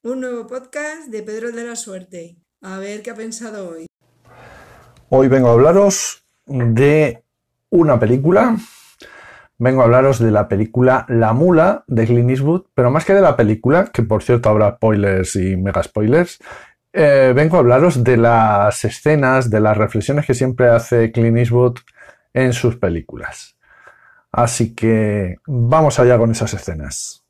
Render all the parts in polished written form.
Un nuevo podcast de Pedro de la Suerte. A ver qué ha pensado hoy. Hoy vengo a hablaros de una película. Vengo a hablaros de la película La Mula de Clint Eastwood, pero más que de la película, que por cierto habrá spoilers y mega spoilers, vengo a hablaros de las escenas, de las reflexiones que siempre hace Clint Eastwood en sus películas. Así que vamos allá con esas escenas.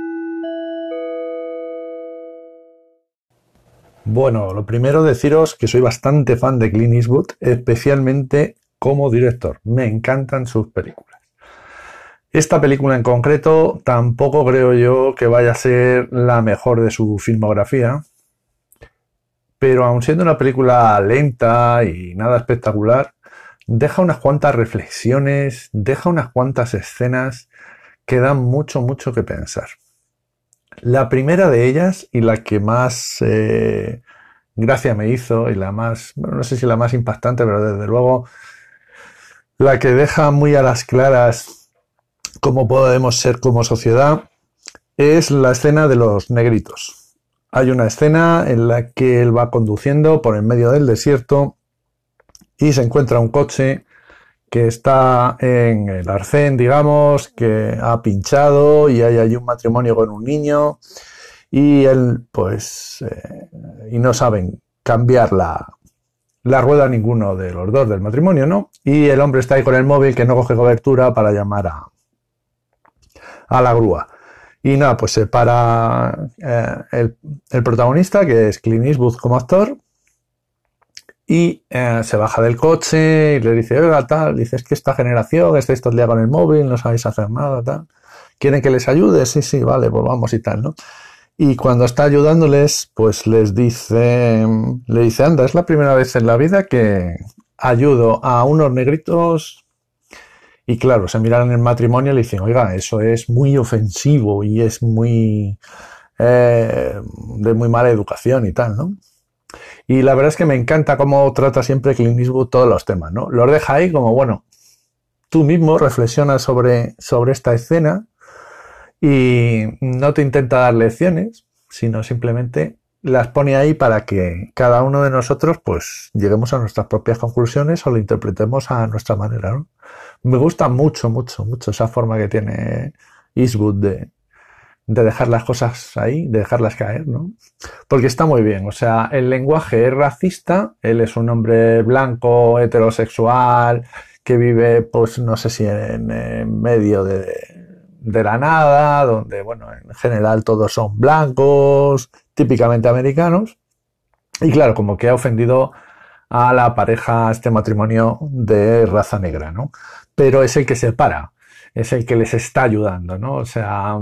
Bueno, lo primero deciros que soy bastante fan de Clint Eastwood, especialmente como director. Me encantan sus películas. Esta película en concreto tampoco creo yo que vaya a ser la mejor de su filmografía, pero aun siendo una película lenta y nada espectacular, deja unas cuantas reflexiones, deja unas cuantas escenas que dan mucho, mucho que pensar. La primera de ellas y la que más gracia me hizo y la más, bueno, no sé si la más impactante, pero desde luego la que deja muy a las claras cómo podemos ser como sociedad, es la escena de los negritos. Hay una escena en la que él va conduciendo por en medio del desierto y se encuentra un coche que está en el arcén, digamos, que ha pinchado y hay allí un matrimonio con un niño y él, pues, y no saben cambiar la rueda ninguno de los dos del matrimonio, ¿no? Y el hombre está ahí con el móvil que no coge cobertura para llamar a la grúa. Y nada, pues se para el protagonista, que es Clint Eastwood como actor, y se baja del coche y le dice, oiga, tal, dice, es que esta generación, estáis todo el día con el móvil, no sabéis hacer nada, tal. ¿Quieren que les ayude? Sí, sí, vale, pues vamos y tal, ¿no? Y cuando está ayudándoles, pues le dice, anda, es la primera vez en la vida que ayudo a unos negritos. Y claro, se miran en el matrimonio y le dicen, oiga, eso es muy ofensivo y es muy de muy mala educación y tal, ¿no? Y la verdad es que me encanta cómo trata siempre Clint Eastwood todos los temas, ¿no? Los deja ahí como, bueno, tú mismo reflexionas sobre esta escena y no te intenta dar lecciones, sino simplemente las pone ahí para que cada uno de nosotros pues lleguemos a nuestras propias conclusiones o lo interpretemos a nuestra manera, ¿no? Me gusta mucho, mucho, mucho esa forma que tiene Eastwood de dejar las cosas ahí, de dejarlas caer, ¿no? Porque está muy bien, o sea, el lenguaje es racista, él es un hombre blanco, heterosexual, que vive, pues no sé si en medio de la nada, donde, bueno, en general todos son blancos, típicamente americanos, y claro, como que ha ofendido a la pareja, a este matrimonio de raza negra, ¿no? Pero es el que se para, es el que les está ayudando, ¿no? O sea,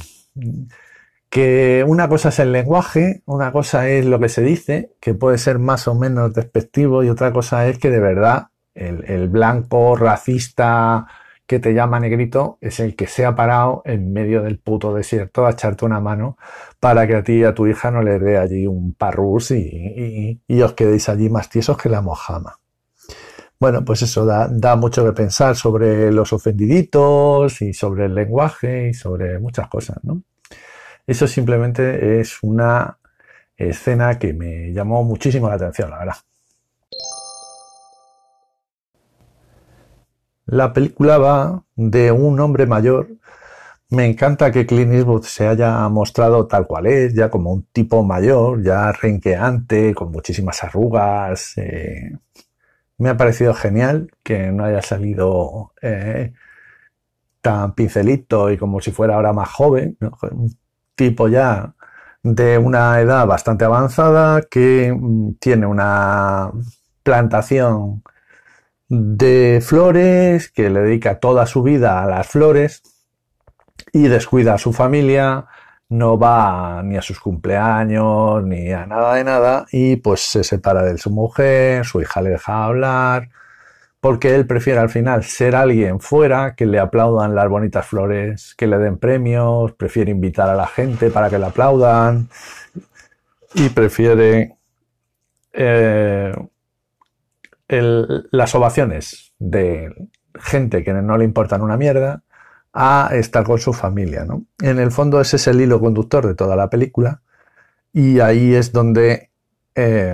que una cosa es el lenguaje, una cosa es lo que se dice, que puede ser más o menos despectivo, y otra cosa es que de verdad el blanco racista que te llama negrito es el que se ha parado en medio del puto desierto a echarte una mano para que a ti y a tu hija no le dé allí un parrús y os quedéis allí más tiesos que la mojama. Bueno, pues eso da mucho que pensar sobre los ofendiditos y sobre el lenguaje y sobre muchas cosas, ¿no? Eso simplemente es una escena que me llamó muchísimo la atención, la verdad. La película va de un hombre mayor. Me encanta que Clint Eastwood se haya mostrado tal cual es, ya como un tipo mayor, ya renqueante, con muchísimas arrugas. Me ha parecido genial que no haya salido tan pincelito y como si fuera ahora más joven, ¿no? Un tipo ya de una edad bastante avanzada que tiene una plantación de flores, que le dedica toda su vida a las flores y descuida a su familia, no va ni a sus cumpleaños ni a nada de nada y pues se separa de su mujer, su hija le deja hablar, porque él prefiere al final ser alguien fuera, que le aplaudan las bonitas flores, que le den premios, prefiere invitar a la gente para que le aplaudan y prefiere eh, las ovaciones de gente que no le importan una mierda a estar con su familia, ¿no? En el fondo ese es el hilo conductor de toda la película y ahí es donde eh,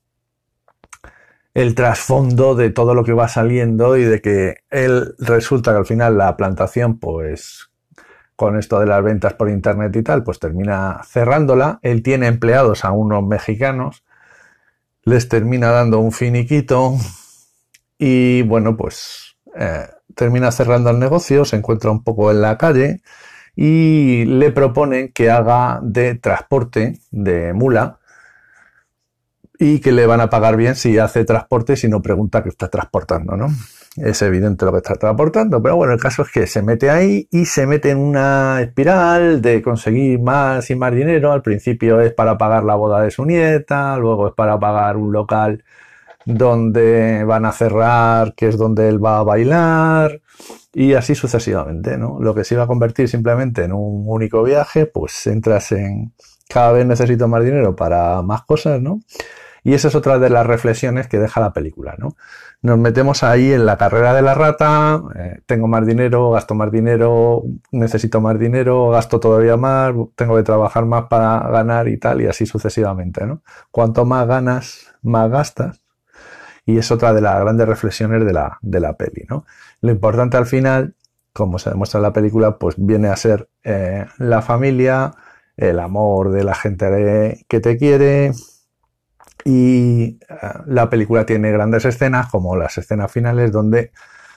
el trasfondo de todo lo que va saliendo y de que él resulta que al final la plantación, pues con esto de las ventas por internet y tal, pues termina cerrándola. Él tiene empleados a unos mexicanos, les termina dando un finiquito y bueno, pues termina cerrando el negocio, se encuentra un poco en la calle y le proponen que haga de transporte de mula y que le van a pagar bien si hace transporte, si no pregunta qué está transportando, ¿no? Es evidente lo que está transportando, pero bueno, el caso es que se mete ahí y se mete en una espiral de conseguir más y más dinero. Al principio es para pagar la boda de su nieta, luego es para pagar un local donde van a cerrar, que es donde él va a bailar, y así sucesivamente, ¿no? Lo que se iba a convertir simplemente en un único viaje, pues entras en cada vez necesito más dinero para más cosas, ¿no? Y esa es otra de las reflexiones que deja la película, ¿no? Nos metemos ahí en la carrera de la rata, tengo más dinero, gasto más dinero, necesito más dinero, gasto todavía más, tengo que trabajar más para ganar y tal, y así sucesivamente, ¿no? Cuanto más ganas, más gastas. Y es otra de las grandes reflexiones de la peli, ¿no? Lo importante al final, como se demuestra en la película, pues viene a ser la familia, el amor de la gente que te quiere, y la película tiene grandes escenas, como las escenas finales donde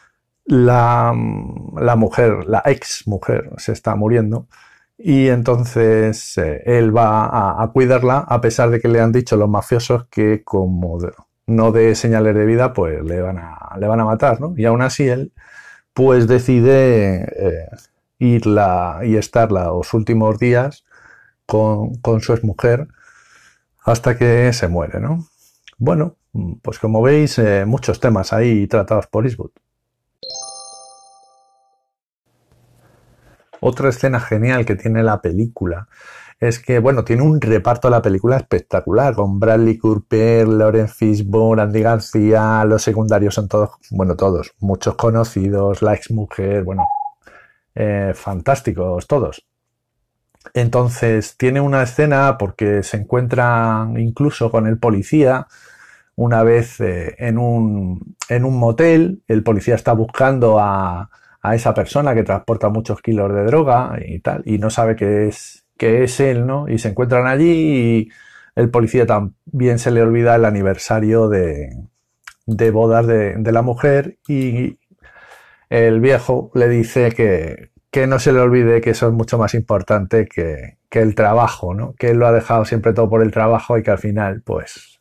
la mujer, la ex mujer, se está muriendo y entonces él va a cuidarla a pesar de que le han dicho los mafiosos que como no dé señales de vida, pues le van a matar, ¿no? Y aún así él pues decide irla y estar los últimos días con su exmujer hasta que se muere, ¿no? Bueno, pues como veis, muchos temas ahí tratados por Eastwood. Otra escena genial que tiene la película es que, bueno, tiene un reparto de la película espectacular, con Bradley Cooper, Laurence Fishburne, Andy García, los secundarios son todos, bueno, todos, muchos conocidos, la exmujer, bueno, fantásticos todos. Entonces tiene una escena porque se encuentra incluso con el policía una vez en un motel. El policía está buscando a esa persona que transporta muchos kilos de droga y tal, y no sabe que es él, ¿no? Y se encuentran allí y el policía también se le olvida el aniversario de bodas de la mujer y el viejo le dice que no se le olvide que eso es mucho más importante que el trabajo, ¿no? Que él lo ha dejado siempre todo por el trabajo y que al final, pues,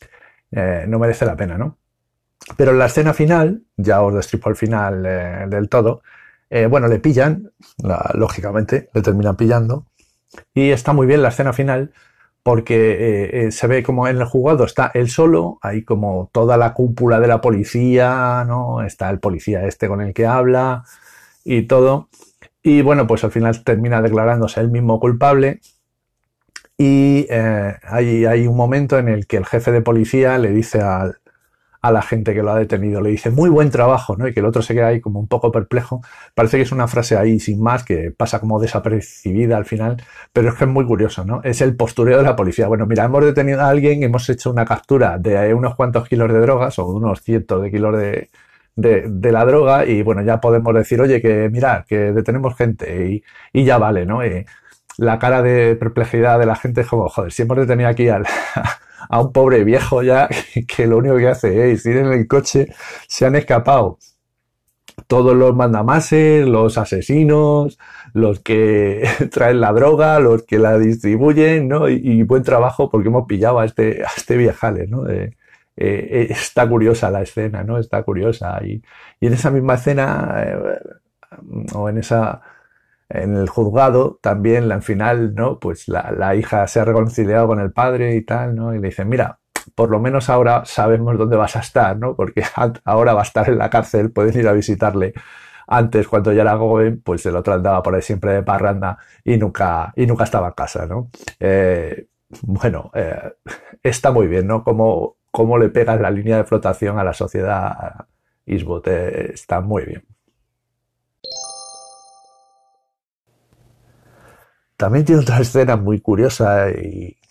no merece la pena, ¿no? Pero en la escena final, ya os destripo el final del todo, bueno, le pillan, lógicamente, le terminan pillando, y está muy bien la escena final porque se ve como en el juzgado está él solo, hay como toda la cúpula de la policía, ¿no? Está el policía este con el que habla y todo. Y bueno, pues al final termina declarándose él mismo culpable y hay un momento en el que el jefe de policía le dice a la gente que lo ha detenido, le dice muy buen trabajo, ¿no? Y que el otro se queda ahí como un poco perplejo. Parece que es una frase ahí sin más que pasa como desapercibida al final, pero es que es muy curioso, ¿no? Es el postureo de la policía. Bueno, mira, hemos detenido a alguien, hemos hecho una captura de unos cuantos kilos de drogas o unos cientos de kilos de la droga y bueno, ya podemos decir, oye, que mirad, que detenemos gente y ya vale, ¿no? La cara de perplejidad de la gente es como, joder, si hemos detenido aquí a un pobre viejo ya que lo único que hace es ir en el coche, se han escapado todos los mandamases, los asesinos, los que traen la droga, los que la distribuyen, ¿no? Y buen trabajo porque hemos pillado a este viejales, ¿no? Está curiosa la escena, ¿no? Está curiosa. Y en esa misma escena, o en el juzgado, también al final, ¿no? Pues la hija se ha reconciliado con el padre y tal, ¿no? Y le dicen, mira, por lo menos ahora sabemos dónde vas a estar, ¿no? Porque ahora va a estar en la cárcel, puedes ir a visitarle. Antes, cuando ya era joven, pues el otro andaba por ahí siempre de parranda y nunca estaba en casa, ¿no? Bueno, está muy bien, ¿no? Cómo le pegas la línea de flotación a la sociedad Eastwood, está muy bien. También tiene otra escena muy curiosa y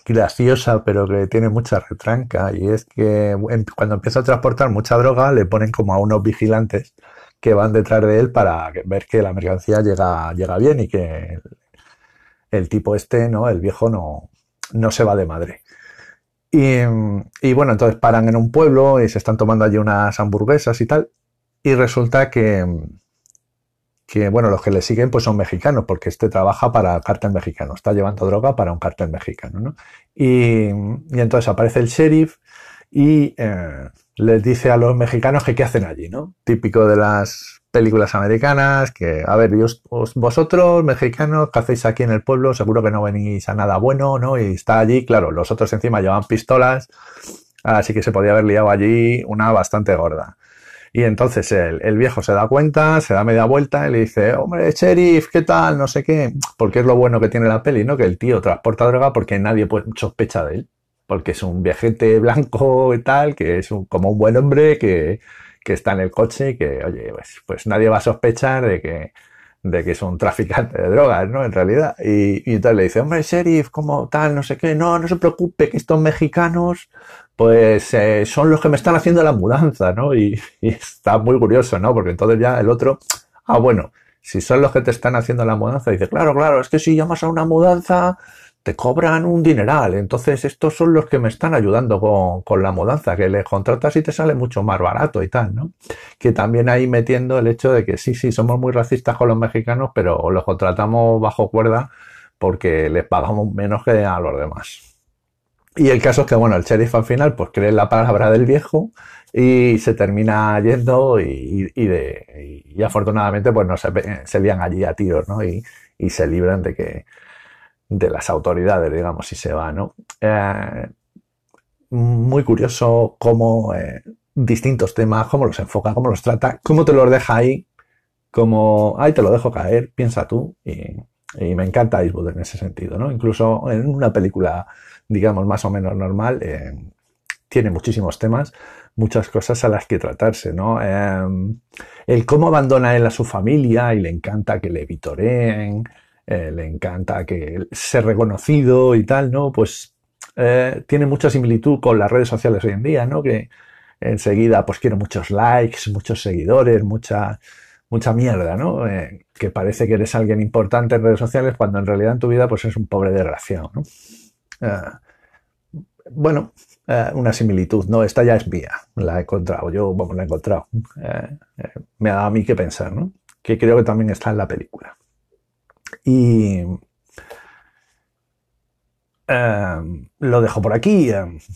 graciosa, pero que tiene mucha retranca, y es que cuando empieza a transportar mucha droga le ponen como a unos vigilantes que van detrás de él para ver que la mercancía llega bien y que el tipo este, ¿no? El viejo no se va de madre. Y, y bueno, entonces paran en un pueblo y se están tomando allí unas hamburguesas y tal, y resulta que bueno, los que le siguen pues son mexicanos, porque este trabaja para el cártel mexicano, está llevando droga para un cártel mexicano, ¿no? Y entonces aparece el sheriff y les dice a los mexicanos que qué hacen allí, ¿no? Típico de las películas americanas, que, a ver, vosotros, mexicanos, ¿qué hacéis aquí en el pueblo? Seguro que no venís a nada bueno, ¿no? Y está allí, claro, los otros encima llevan pistolas, así que se podía haber liado allí una bastante gorda. Y entonces el viejo se da cuenta, se da media vuelta y le dice, hombre, sheriff, ¿qué tal? No sé qué. Porque es lo bueno que tiene la peli, ¿no? Que el tío transporta droga porque nadie sospecha de él. Porque es un viejete blanco y tal, que es como un buen hombre que está en el coche y que, oye, pues nadie va a sospechar de que es un traficante de drogas, ¿no? En realidad. Y entonces le dice, hombre, sheriff, ¿cómo tal? No sé qué. No se preocupe, que estos mexicanos pues son los que me están haciendo la mudanza, ¿no? Y está muy curioso, ¿no? Porque entonces ya el otro, bueno, si son los que te están haciendo la mudanza, dice, claro, es que si llamas a una mudanza, te cobran un dineral. Entonces estos son los que me están ayudando con la mudanza, que les contratas y te sale mucho más barato y tal, ¿no? Que también ahí metiendo el hecho de que sí, somos muy racistas con los mexicanos, pero los contratamos bajo cuerda porque les pagamos menos que a los demás. Y el caso es que, bueno, el sheriff al final pues cree en la palabra del viejo y se termina yendo y afortunadamente pues no se lían allí a tiros, ¿no? Y se libran de las autoridades, digamos, y se va, ¿no? Muy curioso cómo distintos temas, cómo los enfoca, cómo los trata, cómo te los deja ahí, como, ay, te lo dejo caer, piensa tú, y me encanta Eastwood en ese sentido, ¿no? Incluso en una película, digamos, más o menos normal, tiene muchísimos temas, muchas cosas a las que tratarse, ¿no? El cómo abandona él a su familia y le encanta que le vitoreen, le encanta que sea reconocido y tal, ¿no? Pues tiene mucha similitud con las redes sociales hoy en día, ¿no? Que enseguida pues quiere muchos likes, muchos seguidores, mucha mierda, ¿no? Que parece que eres alguien importante en redes sociales cuando en realidad en tu vida pues es un pobre desgraciado, ¿no? Eh, bueno, una similitud, ¿no? Esta ya es mía, la he encontrado, vamos, la he encontrado. Me ha dado a mí que pensar, ¿no? Que creo que también está en la película. Y lo dejo por aquí.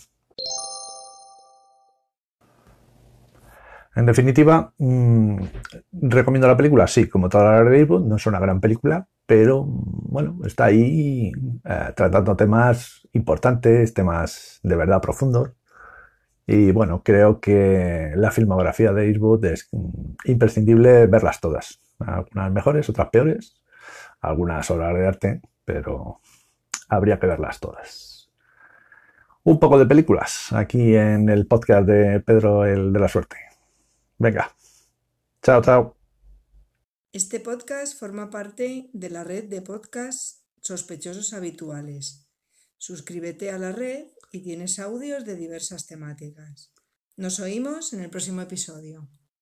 En definitiva, ¿recomiendo la película? Sí, como toda la de Eastwood, no es una gran película, pero bueno, está ahí tratando temas importantes, temas de verdad profundos. Y bueno, creo que la filmografía de Eastwood es imprescindible verlas todas. Algunas mejores, otras peores, algunas obras de arte, pero habría que verlas todas. Un poco de películas aquí en el podcast de Pedro el de la Suerte. Venga, chao, chao. Este podcast forma parte de la red de podcasts sospechosos habituales. Suscríbete a la red y tienes audios de diversas temáticas. Nos oímos en el próximo episodio.